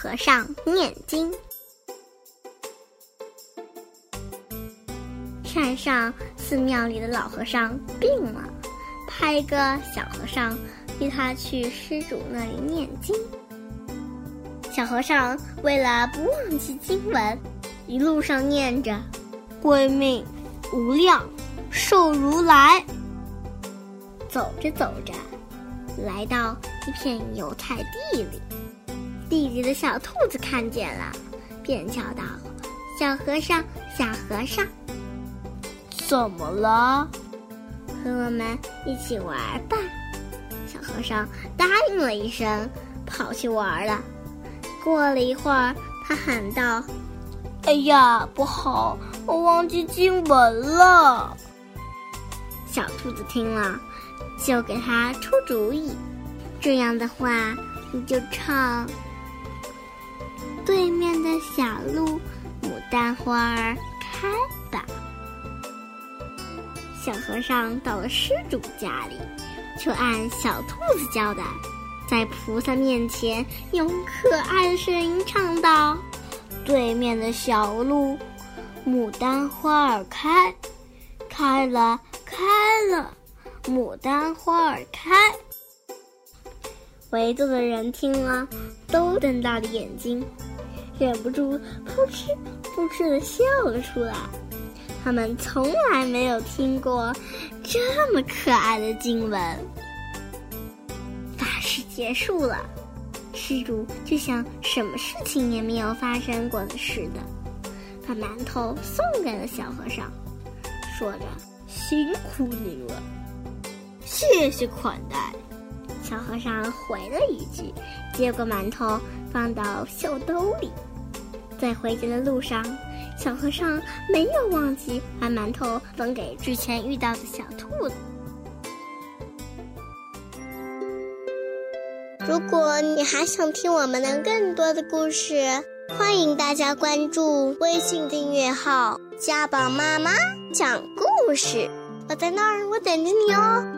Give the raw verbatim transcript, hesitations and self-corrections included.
和尚念经。山上寺庙里的老和尚病了，派一个小和尚替他去施主那里念经。小和尚为了不忘记经文，一路上念着归命无量寿如来。走着走着，来到一片油菜地里，地里的小兔子看见了，便叫道：小和尚，小和尚， 怎么了？ 和我们一起玩吧。小和尚答应了一声，跑去玩了。过了一会儿，他喊道： 哎呀，不好，我忘记经文了。 小兔子听了，就给他出主意，这样的话，你就唱对面的小路，牡丹花儿开吧。小和尚到了施主家里，就按小兔子教的，在菩萨面前用可爱的声音唱道： 对面的小路，牡丹花儿开，开了开了，牡丹花儿开。 围坐的人听了，都瞪大了眼睛，忍不住扑哧扑哧地笑了出来。他们从来没有听过这么可爱的经文。法事结束了，施主就像什么事情也没有发生过的似的，把馒头送给了小和尚，说着辛苦您了，谢谢款待。 小和尚回了一句，接过馒头放到袖兜里。在回家的路上，小和尚没有忘记把馒头分给之前遇到的小兔子。如果你还想听我们的更多的故事，欢迎大家关注微信订阅号家宝妈妈讲故事，我在那儿，我等着你哦。